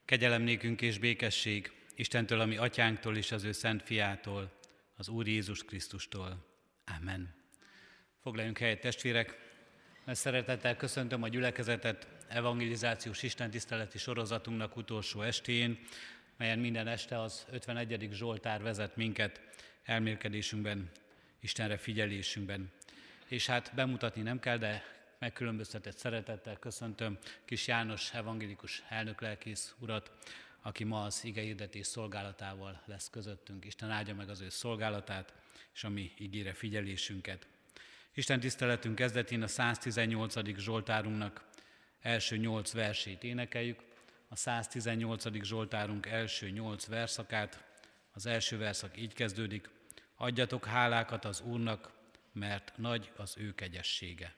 Kegyelem nékünk és békesség Istentől, ami atyánktól és az ő szent fiától, az Úr Jézus Krisztustól. Amen. Foglaljunk helyet, testvérek! Nagy szeretettel köszöntöm a gyülekezetet evangelizációs istentiszteleti sorozatunknak utolsó estéjén, melyen minden este az 51. Zsoltár vezet minket elmélkedésünkben, Istenre figyelésünkben. És hát bemutatni nem kell, de megkülönböztetett szeretettel köszöntöm Kis János evangélikus elnöklelkész urat, aki ma az igehirdetés szolgálatával lesz közöttünk. Isten áldja meg az ő szolgálatát, és a mi igére figyelésünket. Isten tiszteletünk kezdetén a 118. Zsoltárunknak első 8 versét énekeljük. A 118. Zsoltárunk első 8 verszakát. Az első verszak így kezdődik: adjatok hálákat az Úrnak, mert nagy az ő kegyessége.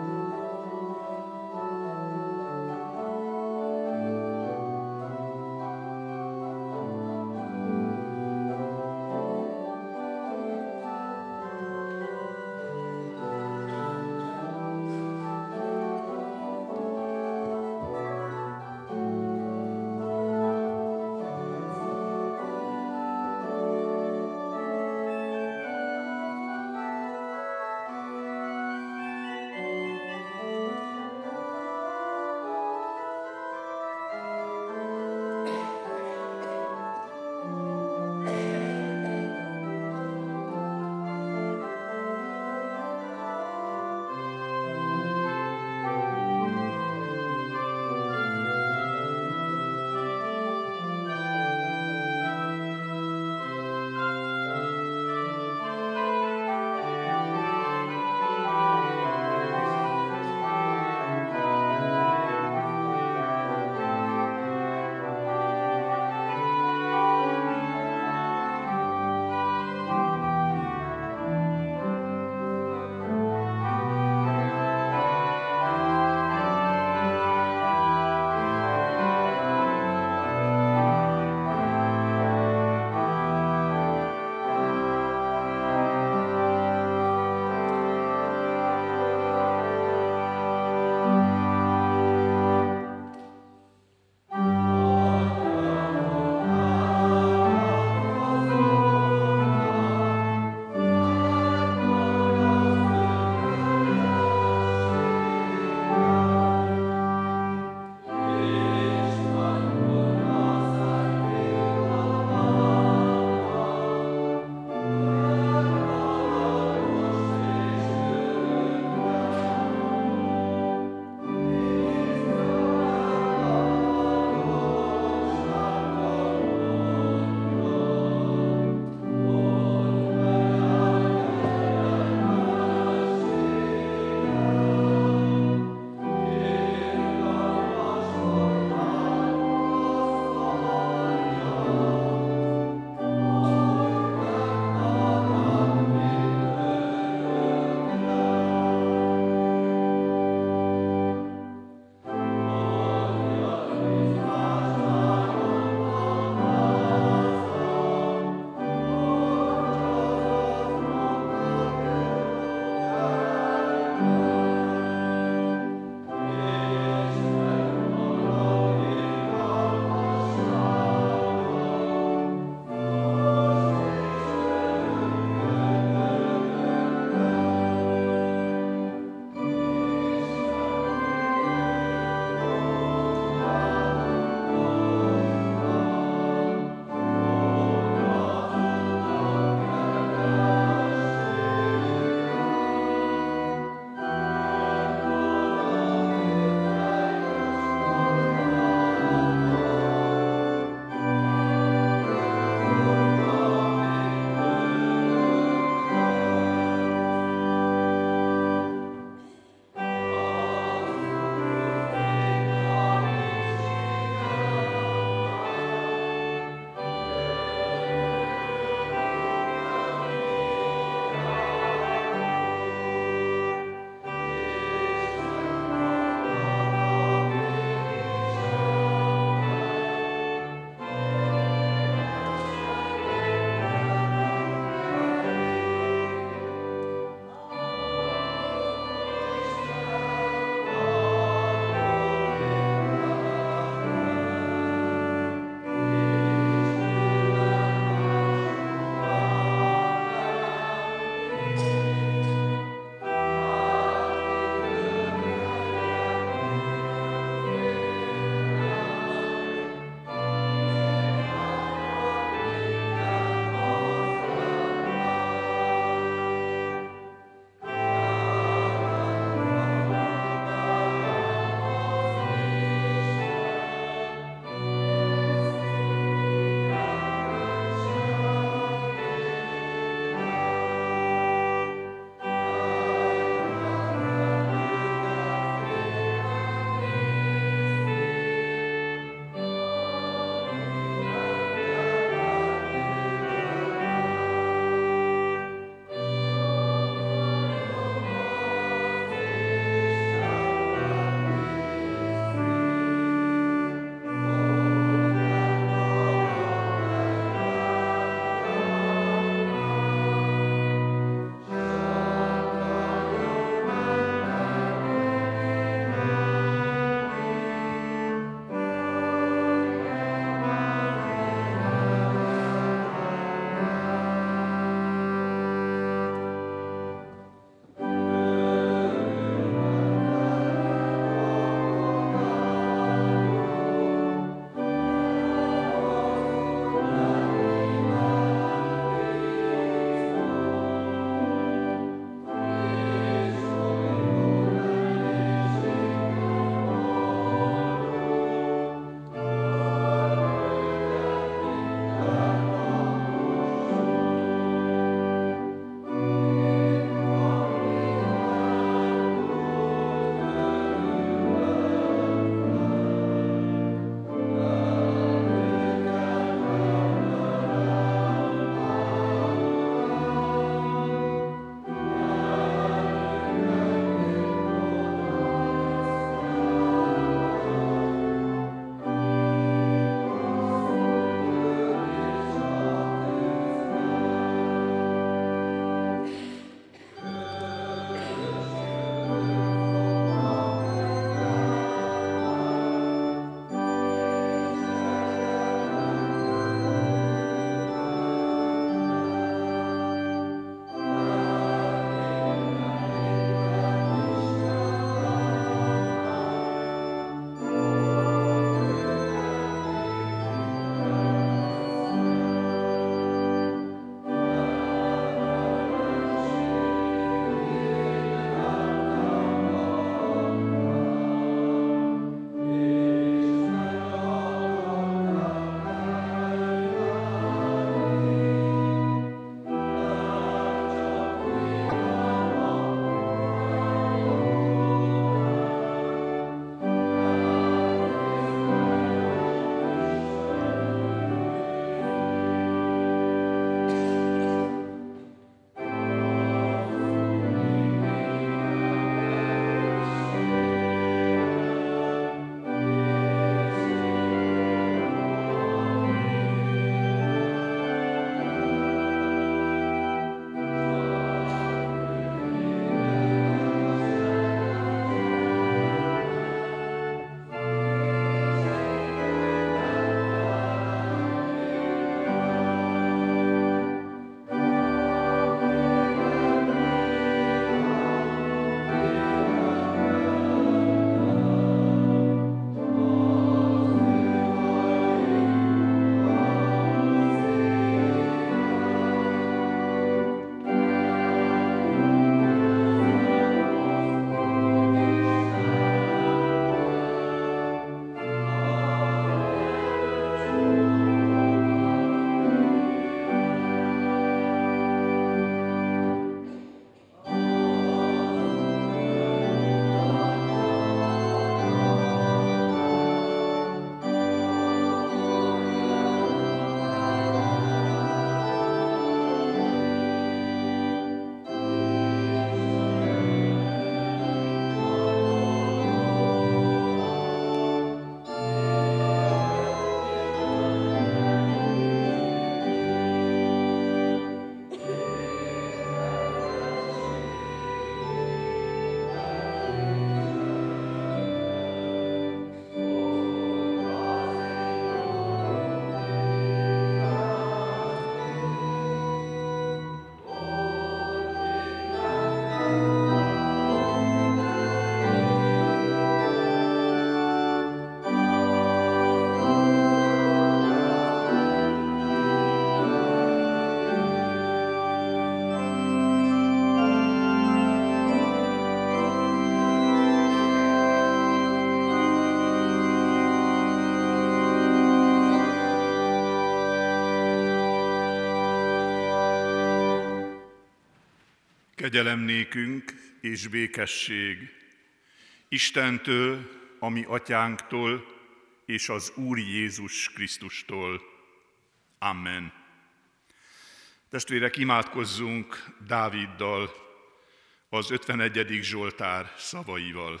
Kegyelem nékünk és békesség Istentől, a mi atyánktól, és az Úr Jézus Krisztustól. Amen. Testvérek, imádkozzunk Dáviddal, az 51. Zsoltár szavaival.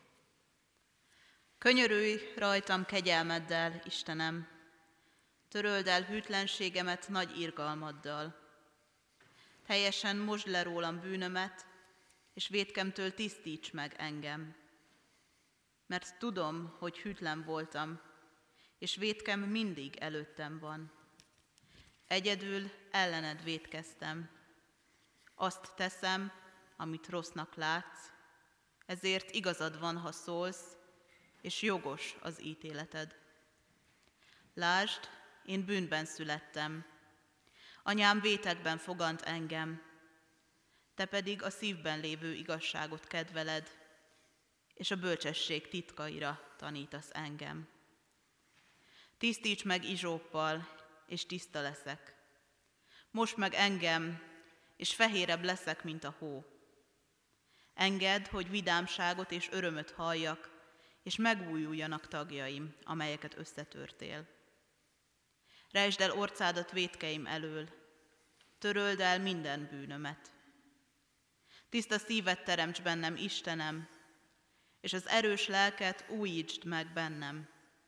Könyörülj rajtam kegyelmeddel, Istenem, töröld el hűtlenségemet nagy irgalmaddal. Teljesen mosd le rólam bűnömet, és vétkemtől tisztíts meg engem. Mert tudom, hogy hűtlen voltam, és vétkem mindig előttem van. Egyedül ellened vétkeztem. Azt teszem, amit rossznak látsz, ezért igazad van, ha szólsz, és jogos az ítéleted. Lásd, én bűnben születtem. Anyám vétekben fogant engem, te pedig a szívben lévő igazságot kedveled, és a bölcsesség titkaira tanítasz engem. Tisztíts meg izsóppal, és tiszta leszek. Mosd meg engem, és fehérebb leszek, mint a hó. Engedd, hogy vidámságot és örömöt halljak, és megújuljanak tagjaim, amelyeket összetörtél. Rejtsd el orcádat vétkeim elől, töröld el minden bűnömet. Tiszta szívet teremts bennem, Istenem, és az erős lelket újítsd meg bennem.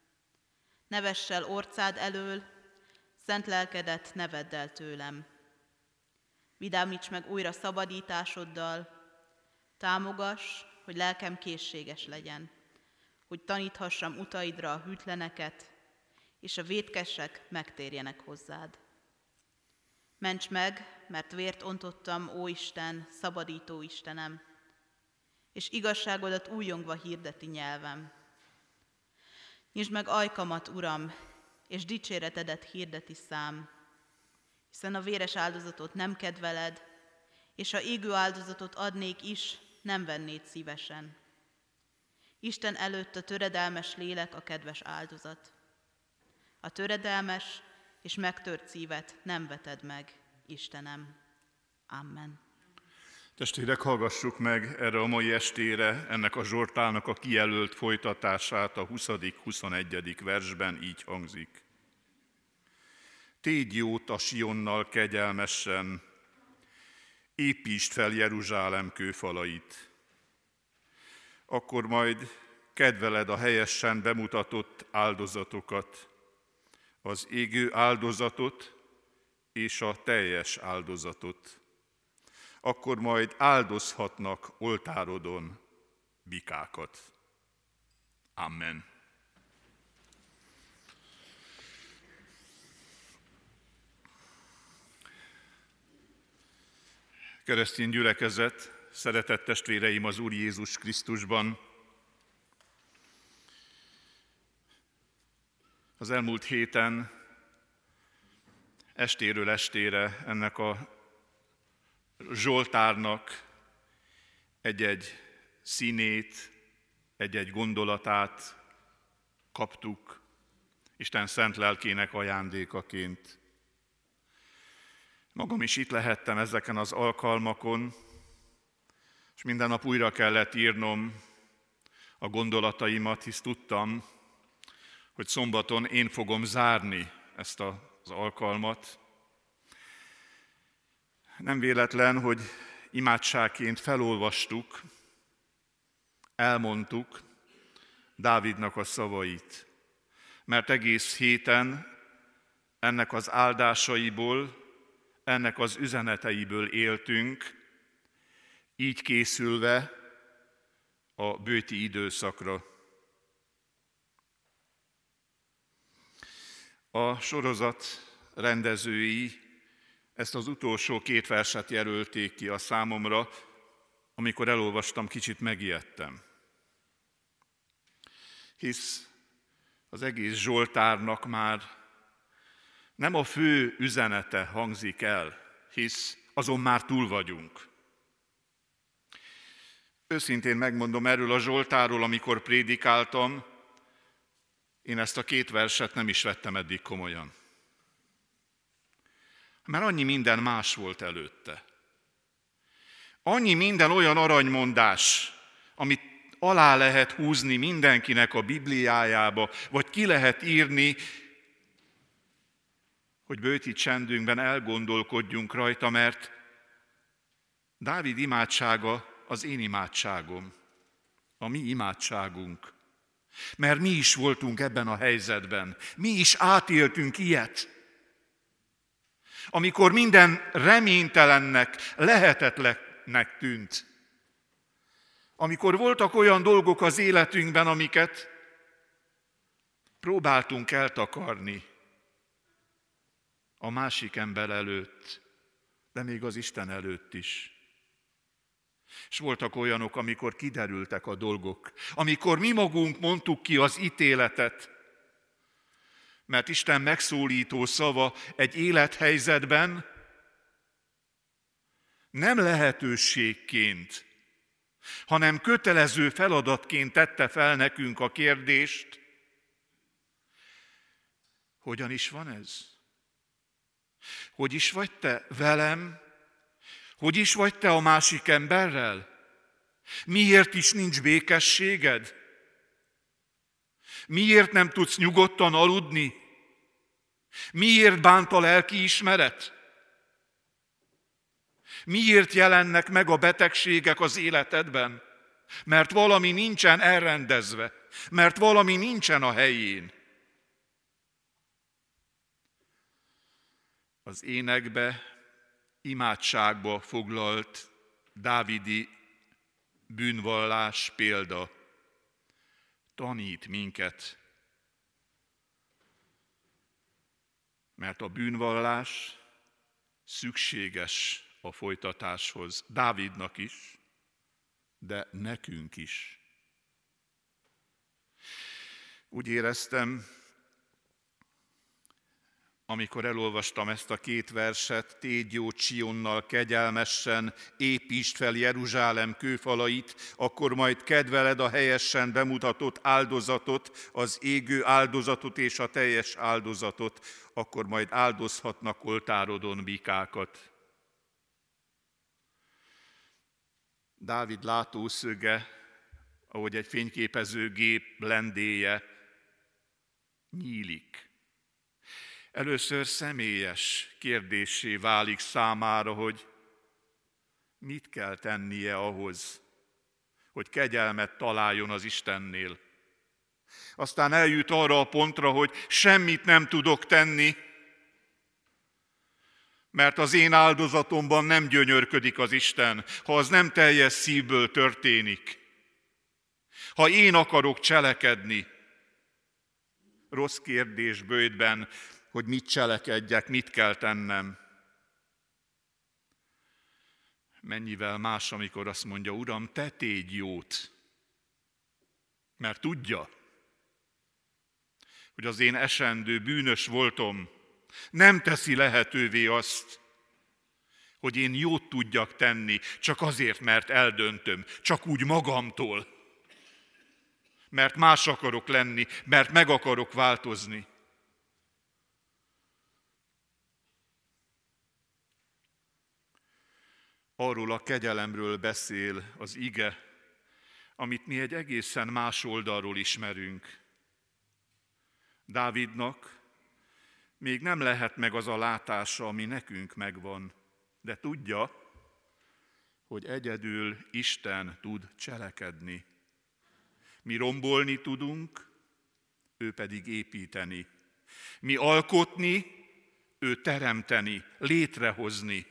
Ne vess el orcád elől, szent lelkedet ne vedd el tőlem. Vidámíts meg újra szabadításoddal, támogass, hogy lelkem készséges legyen, hogy taníthassam utaidra a hűtleneket, és a vétkesek megtérjenek hozzád. Ments meg, mert vért ontottam, ó Isten, szabadító Istenem, és igazságodat újongva hirdeti nyelvem. Nyisd meg ajkamat, Uram, és dicséretedet hirdeti szám, hiszen a véres áldozatot nem kedveled, és ha égő áldozatot adnék is, nem vennéd szívesen. Isten előtt a töredelmes lélek a kedves áldozat. A töredelmes és megtört szívet nem veted meg, Istenem. Amen. Testvérek, hallgassuk meg erre a mai estére ennek a zsoltárnak a kijelölt folytatását a 20.-21. versben így hangzik. Tégy jót a Sionnal kegyelmesen, építsd fel Jeruzsálem kőfalait. Akkor majd kedveled a helyesen bemutatott áldozatokat, az égő áldozatot és a teljes áldozatot. Akkor majd áldozhatnak oltárodon bikákat. Amen. Keresztény gyülekezet, szeretett testvéreim az Úr Jézus Krisztusban! Az elmúlt héten estéről estére ennek a zsoltárnak egy-egy színét, egy-egy gondolatát kaptuk Isten szent lelkének ajándékaként. Magam is itt lehettem ezeken az alkalmakon, és minden nap újra kellett írnom a gondolataimat, hisz tudtam, hogy szombaton én fogom zárni ezt az alkalmat. Nem véletlen, hogy imádságként felolvastuk, elmondtuk Dávidnak a szavait, mert egész héten ennek az áldásaiból, ennek az üzeneteiből éltünk, így készülve a bőti időszakra. A sorozat rendezői ezt az utolsó 2 verset jelölték ki a számomra, amikor elolvastam, kicsit megijedtem. Hisz az egész zsoltárnak már nem a fő üzenete hangzik el, hisz azon már túl vagyunk. Őszintén megmondom, erről a zsoltárról, amikor prédikáltam, én ezt a 2 verset nem is vettem eddig komolyan. Mert annyi minden más volt előtte. Annyi minden olyan aranymondás, amit alá lehet húzni mindenkinek a Bibliájába, vagy ki lehet írni, hogy böjti csendünkben elgondolkodjunk rajta, mert Dávid imádsága az én imádságom, a mi imádságunk. Mert mi is voltunk ebben a helyzetben, mi is átéltünk ilyet. Amikor minden reménytelennek, lehetetlennek tűnt. Amikor voltak olyan dolgok az életünkben, amiket próbáltunk eltakarni a másik ember előtt, de még az Isten előtt is. És voltak olyanok, amikor kiderültek a dolgok, amikor mi magunk mondtuk ki az ítéletet, mert Isten megszólító szava egy élethelyzetben nem lehetőségként, hanem kötelező feladatként tette fel nekünk a kérdést, hogyan is van ez? Hogy is vagy te velem? Hogy is vagy te a másik emberrel? Miért is nincs békességed? Miért nem tudsz nyugodtan aludni? Miért bánt a lelkiismeret? Miért jelennek meg a betegségek az életedben? Mert valami nincsen elrendezve, mert valami nincsen a helyén. Az énekbe, imádságba foglalt dávidi bűnvallás példa tanít minket. Mert a bűnvallás szükséges a folytatáshoz, Dávidnak is, de nekünk is. Úgy éreztem, amikor elolvastam ezt a két verset, tégy jó Tsionnal kegyelmesen, építsd fel Jeruzsálem kőfalait, akkor majd kedveled a helyesen bemutatott áldozatot, az égő áldozatot és a teljes áldozatot, akkor majd áldozhatnak oltárodon bikákat. Dávid látószöge, ahogy egy fényképezőgép lendéje nyílik. Először személyes kérdéssé válik számára, hogy mit kell tennie ahhoz, hogy kegyelmet találjon az Istennél. Aztán eljut arra a pontra, hogy semmit nem tudok tenni, mert az én áldozatomban nem gyönyörködik az Isten, ha az nem teljes szívből történik. Ha én akarok cselekedni, rossz kérdés bőjtben, hogy mit cselekedjek, mit kell tennem. Mennyivel más, amikor azt mondja, Uram, te tégy jót, mert tudja, hogy az én esendő bűnös voltom nem teszi lehetővé azt, hogy én jót tudjak tenni, csak azért, mert eldöntöm, csak úgy magamtól, mert más akarok lenni, mert meg akarok változni. Arról a kegyelemről beszél az ige, amit mi egy egészen más oldalról ismerünk. Dávidnak még nem lehet meg az a látása, ami nekünk megvan, de tudja, hogy egyedül Isten tud cselekedni. Mi rombolni tudunk, ő pedig építeni. Mi alkotni, ő teremteni, létrehozni.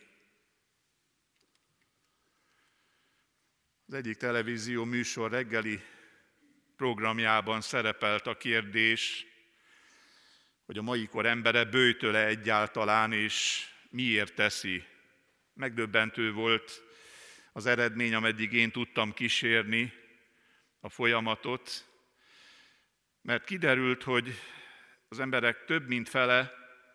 Az egyik televízió műsor reggeli programjában szerepelt a kérdés, hogy a mai kor embere böjtöl-e egyáltalán, és miért teszi. Megdöbbentő volt az eredmény, ameddig én tudtam kísérni a folyamatot, mert kiderült, hogy az emberek több mint fele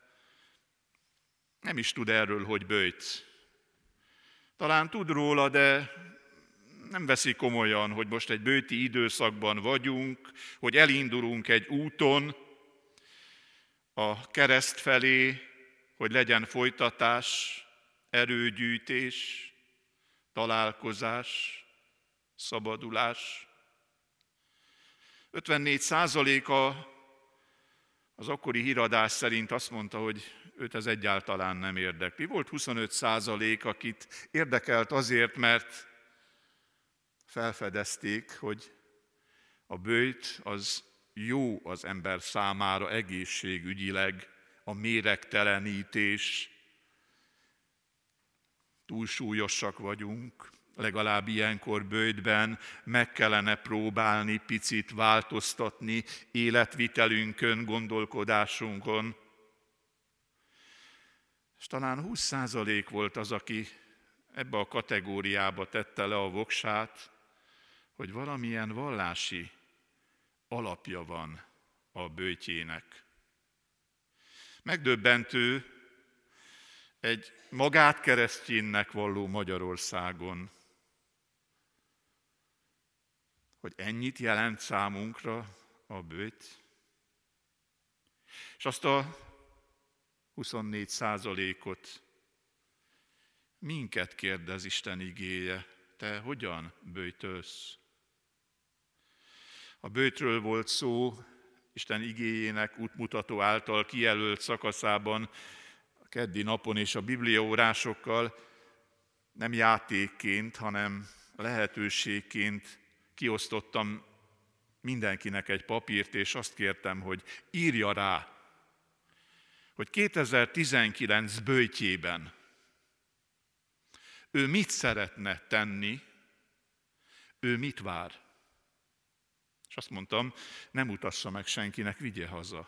nem is tud erről, hogy böjt. Talán tud róla, de nem veszi komolyan, hogy most egy böjti időszakban vagyunk, hogy elindulunk egy úton a kereszt felé, hogy legyen folytatás, erőgyűjtés, találkozás, szabadulás. 54%-a az akkori híradás szerint azt mondta, hogy őt ez egyáltalán nem érdekli. Volt 25%, akit érdekelt azért, mert felfedezték, hogy a böjt az jó az ember számára egészségügyileg, a méregtelenítés. Túlsúlyosak vagyunk, legalább ilyenkor böjtben meg kellene próbálni picit változtatni életvitelünkön, gondolkodásunkon. És talán 20% volt az, aki ebbe a kategóriába tette le a voksát, hogy valamilyen vallási alapja van a böjtjének. Megdöbbentő egy magát kereszténynek valló Magyarországon, hogy ennyit jelent számunkra a böjt. És azt a 24%-ot minket kérdez Isten igéje, te hogyan böjtölsz? A böjtről volt szó Isten igéjének útmutató által kijelölt szakaszában, a keddi napon és a bibliaórásokkal nem játékként, hanem lehetőségként kiosztottam mindenkinek egy papírt, és azt kértem, hogy írja rá, hogy 2019 böjtjében ő mit szeretne tenni, ő mit vár. És azt mondtam, nem utassa meg senkinek, vigye haza.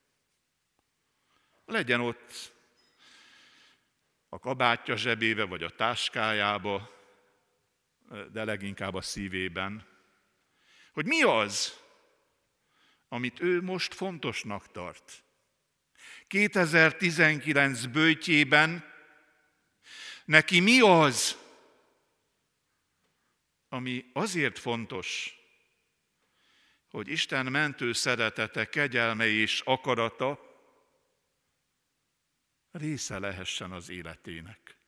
Legyen ott a kabátja zsebébe, vagy a táskájába, de leginkább a szívében, hogy mi az, amit ő most fontosnak tart. 2019 böjtjében neki mi az, ami azért fontos, hogy Isten mentő szeretete, kegyelme és akarata része lehessen az életének.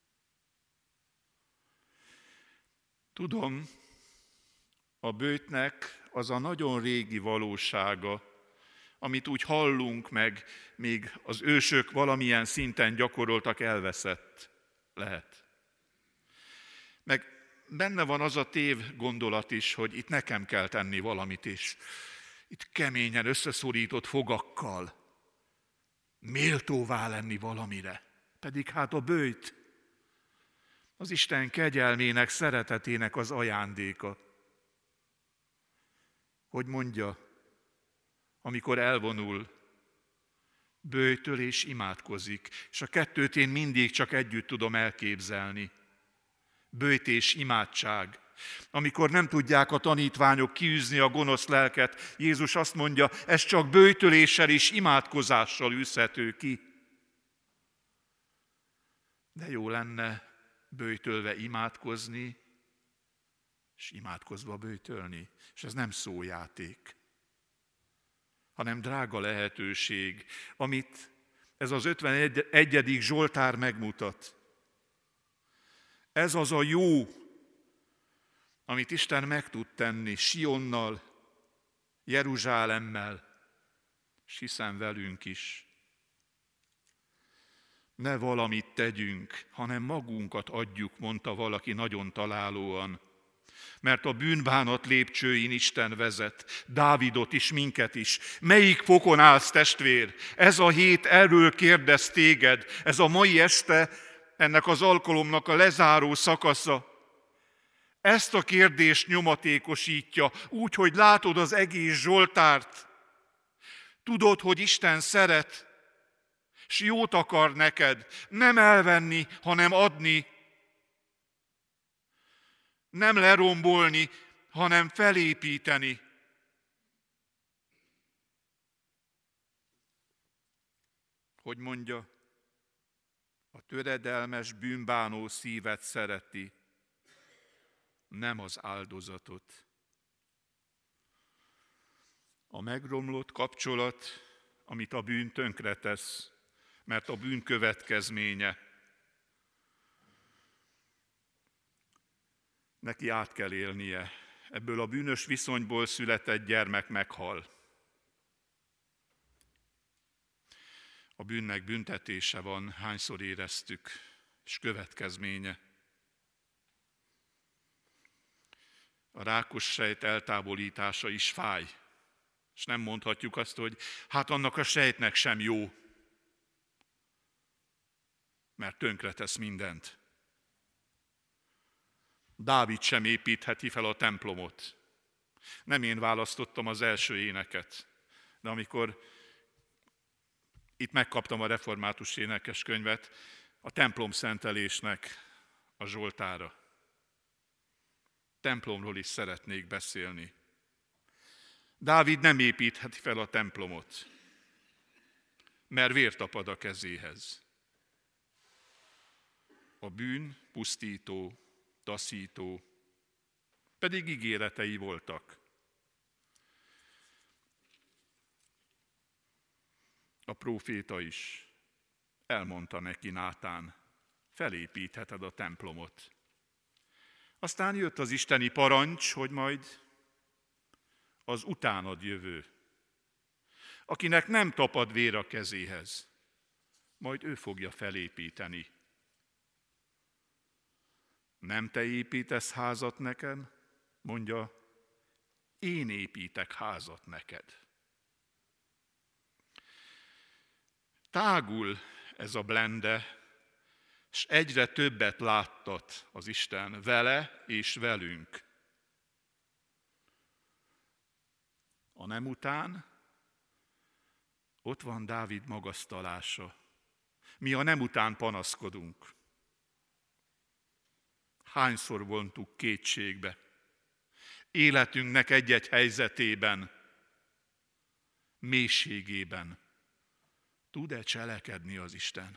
Tudom, a böjtnek az a nagyon régi valósága, amit úgy hallunk meg, még az ősök valamilyen szinten gyakoroltak, elveszett lehet. Meg benne van az a tév gondolat is, hogy itt nekem kell tenni valamit, és itt keményen összeszorított fogakkal méltóvá lenni valamire. Pedig hát a böjt az Isten kegyelmének, szeretetének az ajándéka. Hogy mondja, amikor elvonul, böjtöl és imádkozik, és a kettőt én mindig csak együtt tudom elképzelni. Böjt és imádság. Amikor nem tudják a tanítványok kiűzni a gonosz lelket, Jézus azt mondja, ez csak böjtöléssel és imádkozással űzhető ki. De jó lenne böjtölve imádkozni, és imádkozva böjtölni. És ez nem szójáték, hanem drága lehetőség, amit ez az 51. Zsoltár megmutat. Ez az a jó, amit Isten meg tud tenni Sionnal, Jeruzsálemmel, és hiszen velünk is. Ne valamit tegyünk, hanem magunkat adjuk, mondta valaki nagyon találóan. Mert a bűnbánat lépcsőin Isten vezet, Dávidot is, minket is. Melyik fokon állsz, testvér? Ez a hét erről kérdez téged, ez a mai este, ennek az alkalomnak a lezáró szakasza. Ezt a kérdést nyomatékosítja, úgy, hogy látod az egész Zsoltárt. Tudod, hogy Isten szeret, s jót akar neked, nem elvenni, hanem adni. Nem lerombolni, hanem felépíteni. Hogy mondja, a töredelmes, bűnbánó szívet szereti, nem az áldozatot. A megromlott kapcsolat, amit a bűn tönkretesz, mert a bűn következménye. neki át kell élnie. Ebből a bűnös viszonyból született gyermek meghal. A bűnnek büntetése van, hányszor éreztük, és következménye. A rákos sejt eltávolítása is fáj, és nem mondhatjuk azt, hogy hát annak a sejtnek sem jó, mert tönkretesz mindent. Dávid sem építheti fel a templomot. Nem én választottam az első éneket, de amikor itt megkaptam a református énekeskönyvet, a templom szentelésnek a zsoltára. Templomról is szeretnék beszélni. Dávid nem építheti fel a templomot, mert vér tapad a kezéhez. A bűn pusztító, taszító, pedig ígéretei voltak. A próféta is elmondta neki Nátán, felépítheted a templomot. Aztán jött az isteni parancs, hogy majd az utánad jövő, akinek nem tapad vér a kezéhez, majd ő fogja felépíteni. Nem te építesz házat nekem, mondja, én építek házat neked. Tágul ez a blende, és egyre többet láttat az Isten vele és velünk. A nem után ott van Dávid magasztalása. Mi a nem után panaszkodunk. Hányszor vontuk kétségbe? Életünknek egy-egy helyzetében, mélységében tud-e cselekedni az Isten?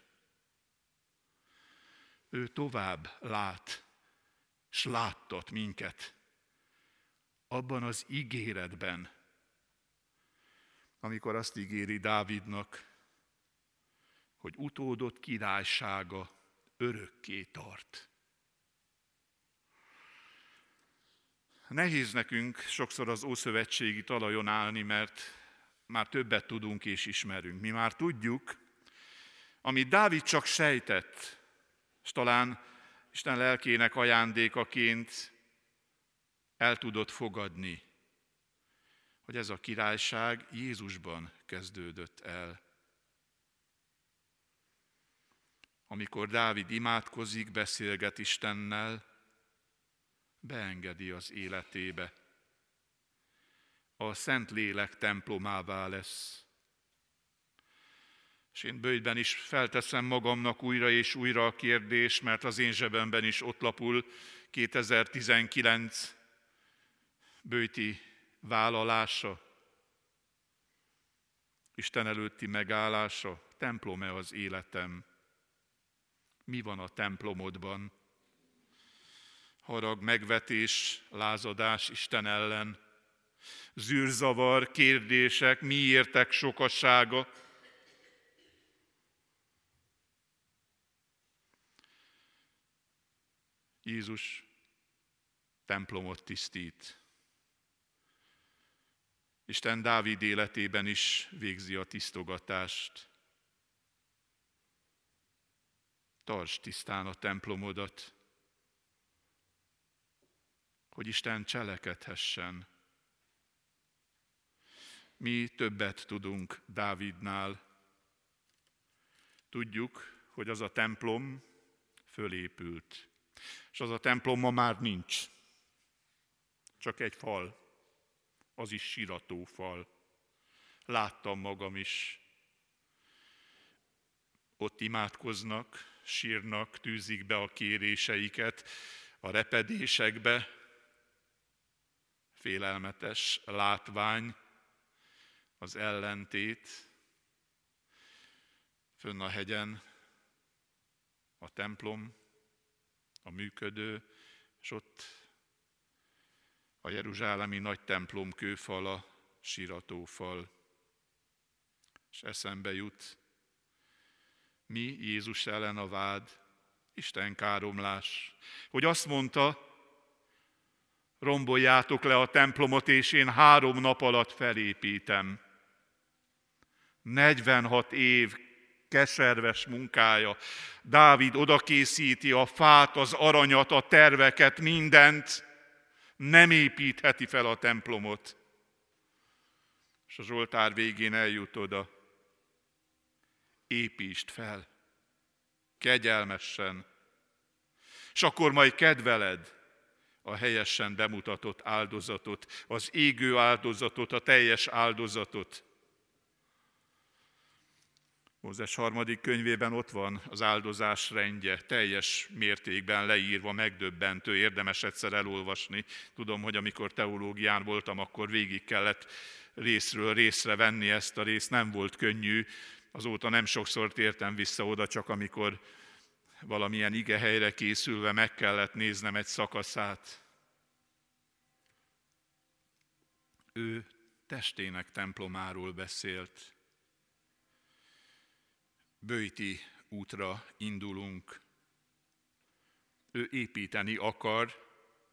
Ő tovább lát, s láttat minket abban az ígéretben, amikor azt ígéri Dávidnak, hogy utódott királysága örökké tart. Nehéz nekünk sokszor az ószövetségi talajon állni, mert már többet tudunk és ismerünk. Mi már tudjuk, amit Dávid csak sejtett, és talán Isten lelkének ajándékaként el tudott fogadni, hogy ez a királyság Jézusban kezdődött el. Amikor Dávid imádkozik, beszélget Istennel, beengedi az életébe. A Szentlélek templomává lesz. És én bőjtben is felteszem magamnak újra és újra a kérdést, mert az én zsebemben is ott lapul 2019 bőjti vállalása, Isten előtti megállása, templom-e az életem? Mi van a templomodban? Harag, megvetés, lázadás Isten ellen, zűrzavar, kérdések, miértek sokassága. Jézus templomot tisztít. Isten Dávid életében is végzi a tisztogatást. Tartsd tisztán a templomodat, hogy Isten cselekedhessen. Mi többet tudunk Dávidnál. Tudjuk, hogy az a templom fölépült, és az a templom ma már nincs. Csak egy fal, az is siratófal. Láttam magam is. Ott imádkoznak, sírnak, tűzik be a kéréseiket a repedésekbe. Félelmetes látvány, az ellentét. Fönn a hegyen a templom, a működő, és ott a jeruzsálemi nagy templom kőfala, siratófal. És eszembe jut, mi Jézus ellen a vád, Isten káromlás, hogy azt mondta, romboljátok le a templomot, és én 3 nap alatt felépítem. 46 év keserves munkája. Dávid odakészíti a fát, az aranyat, a terveket, mindent. Nem építheti fel a templomot. És a Zsoltár végén eljut oda. Építsd fel. Kegyelmesen. És akkor majd kedveled a helyesen bemutatott áldozatot, az égő áldozatot, a teljes áldozatot. Mózes 3. könyvében ott van az áldozás rendje, teljes mértékben leírva, megdöbbentő, érdemes egyszer elolvasni. Tudom, hogy amikor teológián voltam, akkor végig kellett részről részre venni ezt a részt, nem volt könnyű. Azóta nem sokszor tértem vissza oda, csak amikor valamilyen igehelyre készülve meg kellett néznem egy szakaszát. Ő testének templomáról beszélt. Böjti útra indulunk. Ő építeni akar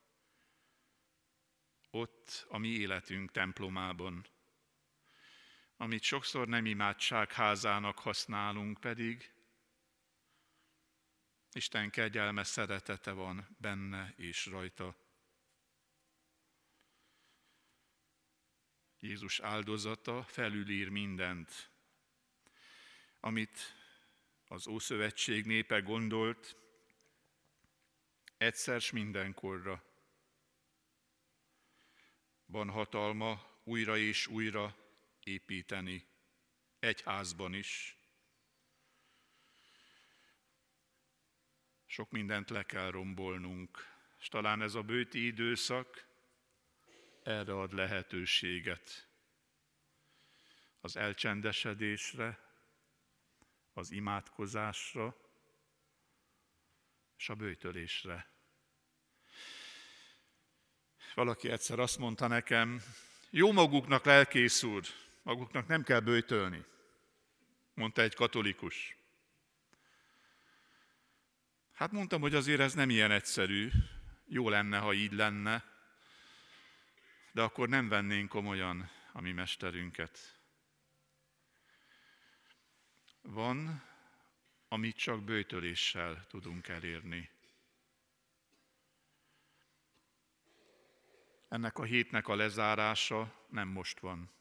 ott a mi életünk templomában, amit sokszor nem imádság házának használunk, pedig Isten kegyelme, szeretete van benne és rajta. Jézus áldozata felülír mindent, amit az Ószövetség népe gondolt, egyszer s mindenkorra. Van hatalma újra és újra építeni, egyházban is. Sok mindent le kell rombolnunk, és talán ez a böjti időszak erre ad lehetőséget. Az elcsendesedésre, az imádkozásra és a böjtölésre. Valaki egyszer azt mondta nekem, jó maguknak, lelkész úr, maguknak nem kell böjtölni, mondta egy katolikus. Hát mondtam, hogy azért ez nem ilyen egyszerű, jó lenne, ha így lenne, de akkor nem vennénk komolyan a mi mesterünket. Van, amit csak böjtöléssel tudunk elérni. Ennek a hétnek a lezárása nem most van.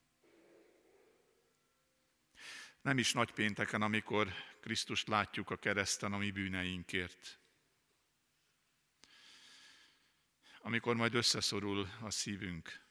Nem is nagypénteken, amikor Krisztust látjuk a kereszten a mi bűneinkért. Amikor majd összeszorul a szívünk.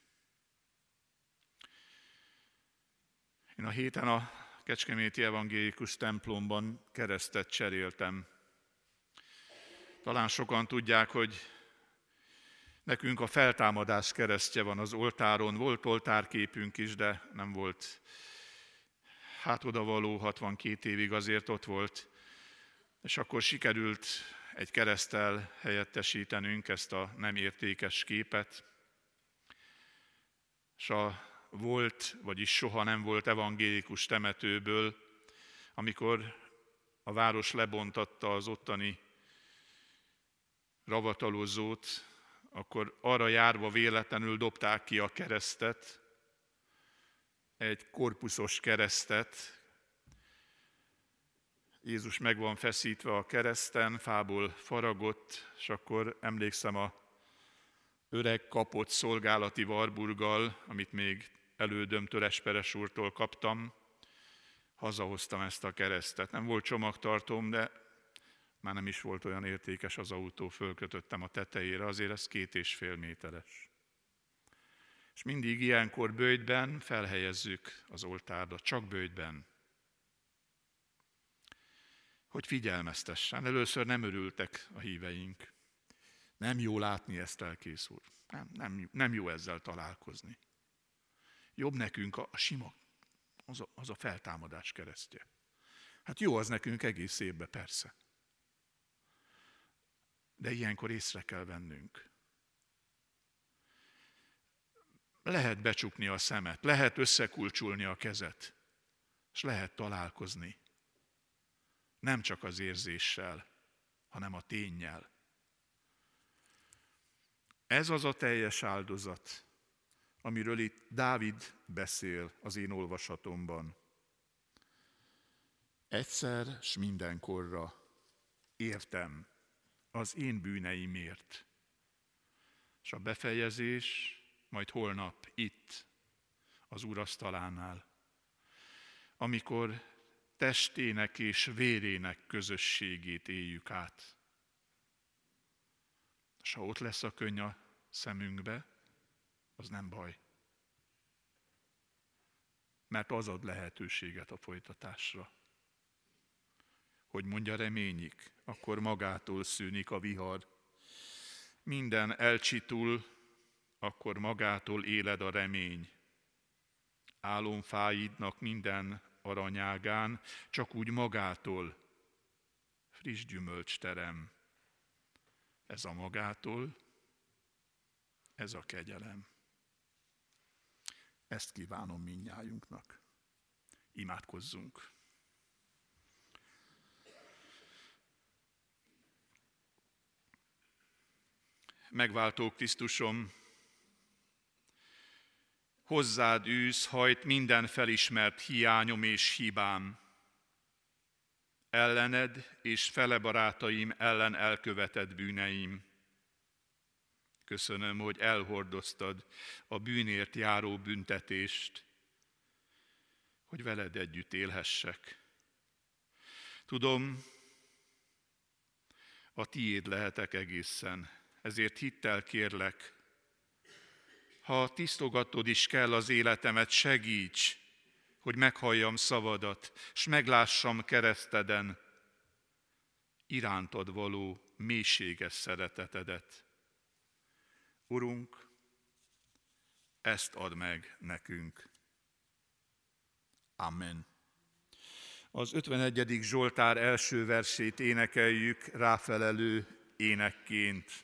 Én a héten a Kecskeméti Evangélikus templomban keresztet cseréltem. Talán sokan tudják, hogy nekünk a feltámadás keresztje van az oltáron. Volt oltárképünk is, de nem volt odavaló, 62 évig azért ott volt. És akkor sikerült egy kereszttel helyettesítenünk ezt a nem értékes képet. És a volt, vagyis soha nem volt evangélikus temetőből, amikor a város lebontatta az ottani ravatalozót, akkor arra járva véletlenül dobták ki a keresztet, egy korpuszos keresztet. Jézus meg van feszítve a kereszten, fából faragott, és akkor emlékszem a öreg kapott szolgálati varburggal, amit még elődömtől, Esperes úrtól kaptam, hazahoztam ezt a keresztet. Nem volt csomagtartóm, de már nem is volt olyan értékes az autó, fölkötöttem a tetejére, azért ez 2,5 méteres. És mindig ilyenkor böjtben felhelyezzük az oltárra, csak böjtben. Hogy figyelmeztessen. Először nem örültek a híveink. Nem jó látni ezt, lelkész úr. Nem jó ezzel találkozni. Jobb nekünk a sima, az a feltámadás keresztje. Hát jó az nekünk egész évben, persze. De ilyenkor észre kell vennünk. Lehet becsukni a szemet, lehet összekulcsulni a kezet, és lehet találkozni. Nem csak az érzéssel, hanem a ténnyel. Ez az a teljes áldozat, amiről itt Dávid beszél az én olvasatomban. Egyszer s mindenkorra értem az én bűneimért. És a befejezés majd holnap itt, az Úr asztalánál, amikor testének és vérének közösségét éljük át. És ha ott lesz a könny a szemünkbe, az nem baj. Mert az ad lehetőséget a folytatásra. Hogy mondja, reményik, akkor magától szűnik a vihar. Minden elcsitul, akkor magától éled a remény. Álomfáidnak minden aranyágán, csak úgy magától friss gyümölcs terem. Ez a magától, ez a kegyelem. Ezt kívánom mindnyájunknak. Imádkozzunk. Megváltó Krisztusom, hozzád űz, hajt minden felismert hiányom és hibám. Ellened és fele barátaim ellen elkövetett bűneim. Köszönöm, hogy elhordoztad a bűnért járó büntetést, hogy veled együtt élhessek. Tudom, a tiéd lehetek egészen, ezért hittel kérlek, ha tisztogatod is kell az életemet, segíts, hogy meghalljam szavadat, s meglássam kereszteden irántad való mélységes szeretetedet. Urunk, ezt add meg nekünk. Amen. Az 51. Zsoltár első versét énekeljük ráfelelő énekként.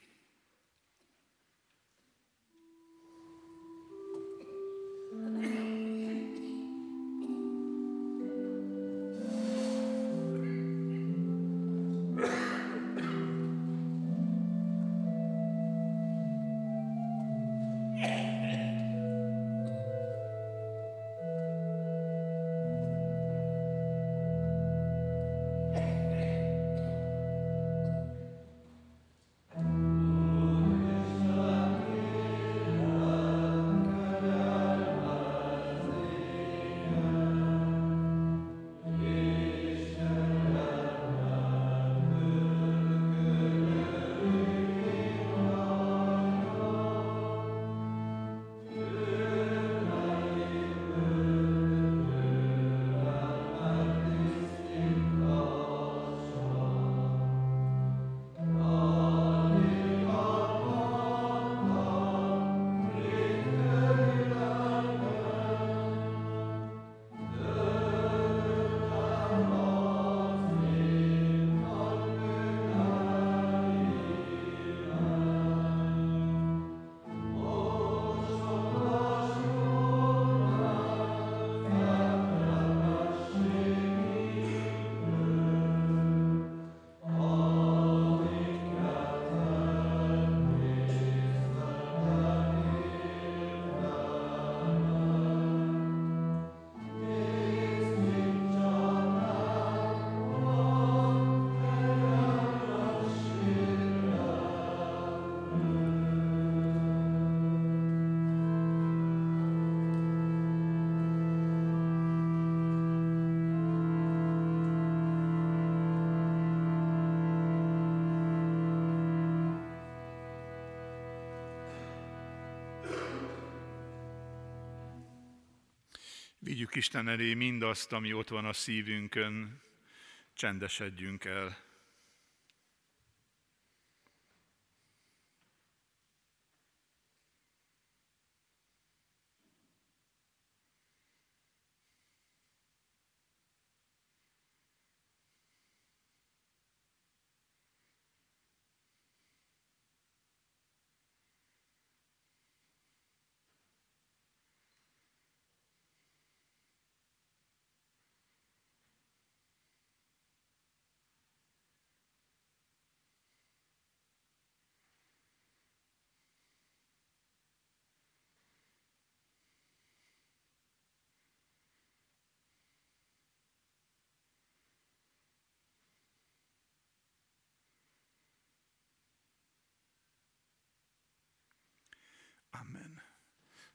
Vigyük Isten elé mindazt, ami ott van a szívünkön, csendesedjünk el.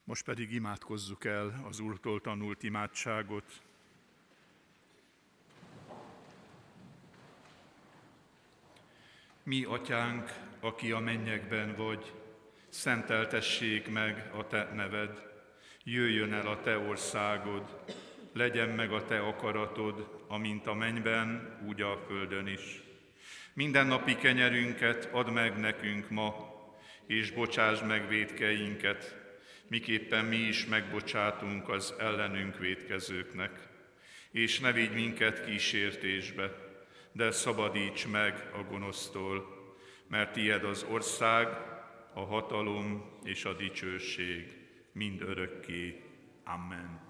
Most pedig imádkozzuk el az Úrtól tanult imádságot. Mi, Atyánk, aki a mennyekben vagy, szenteltessék meg a Te neved, jöjjön el a Te országod, legyen meg a Te akaratod, amint a mennyben, úgy a földön is. Mindennapi kenyerünket add meg nekünk ma, és bocsásd meg vétkeinket, miképpen mi is megbocsátunk az ellenünk vétkezőknek. És ne vigy minket kísértésbe, de szabadíts meg a gonosztól, mert tied az ország, a hatalom és a dicsőség mind örökké. Amen.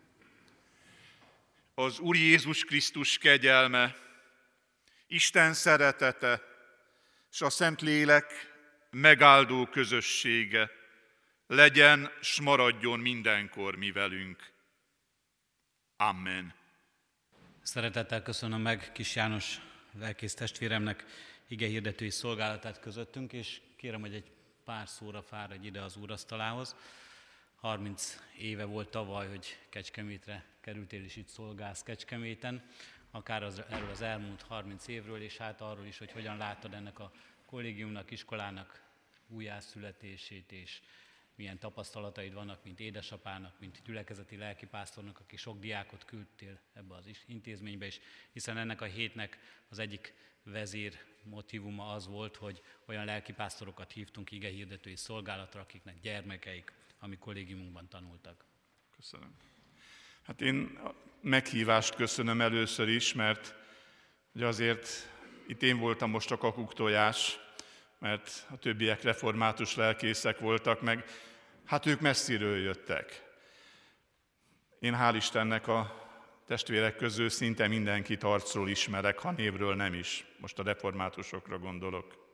Az Úr Jézus Krisztus kegyelme, Isten szeretete és a Szentlélek megáldó közössége legyen s maradjon mindenkor mi velünk. Amen. Szeretettel köszönöm meg Kis János lelkész testvéremnek igehirdetői szolgálatát közöttünk, és kérem, hogy egy pár szóra fáradj ide az úrasztalához. 30 éve volt tavaly, hogy Kecskemétre kerültél, és itt szolgálsz Kecskeméten, akár erről az elmúlt 30 évről, és hát arról is, hogy hogyan láttad ennek a kollégiumnak, iskolának újjászületését, és milyen tapasztalataid vannak, mint édesapának, mint gyülekezeti lelkipásztornak, aki sok diákot küldtél ebbe az intézménybe is, hiszen ennek a hétnek az egyik vezér motívuma az volt, hogy olyan lelkipásztorokat hívtunk igehirdetői szolgálatra, akiknek gyermekeik a mi kollégiumunkban tanultak. Köszönöm. Hát én a meghívást köszönöm először is, mert ugye azért itt én voltam most a kakuktojás, mert a többiek református lelkészek voltak, meg hát ők messziről jöttek. Én hál' Istennek a testvérek közül szinte mindenkit arcról ismerek, ha névről nem is. Most a reformátusokra gondolok.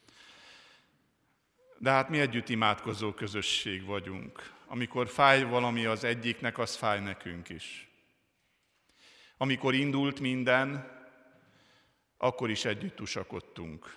De hát mi együtt imádkozó közösség vagyunk. Amikor fáj valami az egyiknek, az fáj nekünk is. Amikor indult minden, akkor is együtt tusakodtunk.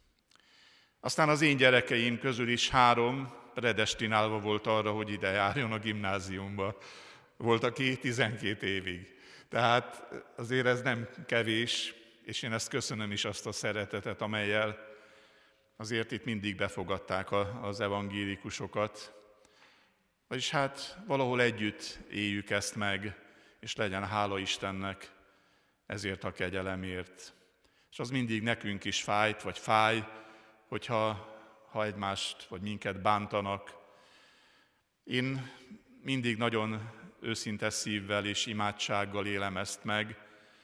Aztán az én gyerekeim közül is 3 predestinálva volt arra, hogy ide járjon a gimnáziumba. Volt, aki 12 évig. Tehát azért ez nem kevés, és én ezt köszönöm is, azt a szeretetet, amellyel azért itt mindig befogadták az evangélikusokat. Vagyis hát valahol együtt éljük ezt meg, és legyen hála Istennek ezért a kegyelemért. És az mindig nekünk is fájt, vagy fáj, hogyha egymást vagy minket bántanak. Én mindig nagyon őszinte szívvel és imádsággal élem ezt meg,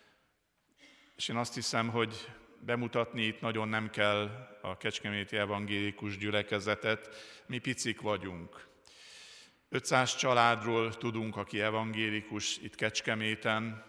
és én azt hiszem, hogy bemutatni itt nagyon nem kell a kecskeméti evangélikus gyülekezetet, mi picik vagyunk. 500 családról tudunk, aki evangélikus itt Kecskeméten.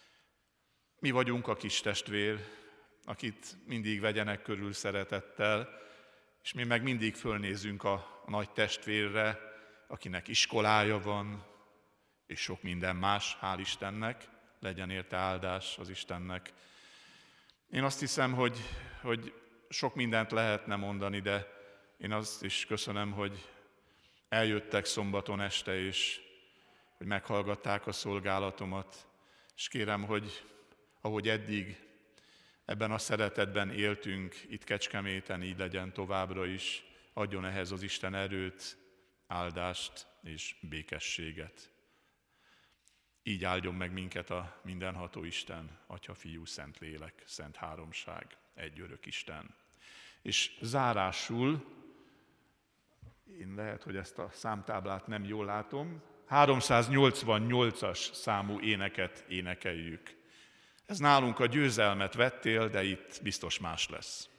Mi vagyunk a kis testvér, akit mindig vegyenek körül szeretettel, és mi meg mindig fölnézünk a nagy testvérre, akinek iskolája van, és sok minden más, hál' Istennek, legyen érte áldás az Istennek. Én azt hiszem, hogy sok mindent lehetne mondani, de én azt is köszönöm, hogy eljöttek szombaton este, és hogy meghallgatták a szolgálatomat, és kérem, hogy ahogy eddig ebben a szeretetben éltünk itt Kecskeméten, így legyen továbbra is, adjon ehhez az Isten erőt, áldást és békességet. Így áldjon meg minket a mindenható Isten, Atya, Fiú, Szentlélek, Szent Háromság, egy örök Isten. És zárásul, én lehet, hogy ezt a számtáblát nem jól látom, 388-as számú éneket énekeljük. Ez nálunk a győzelmet vettél, de itt biztos más lesz.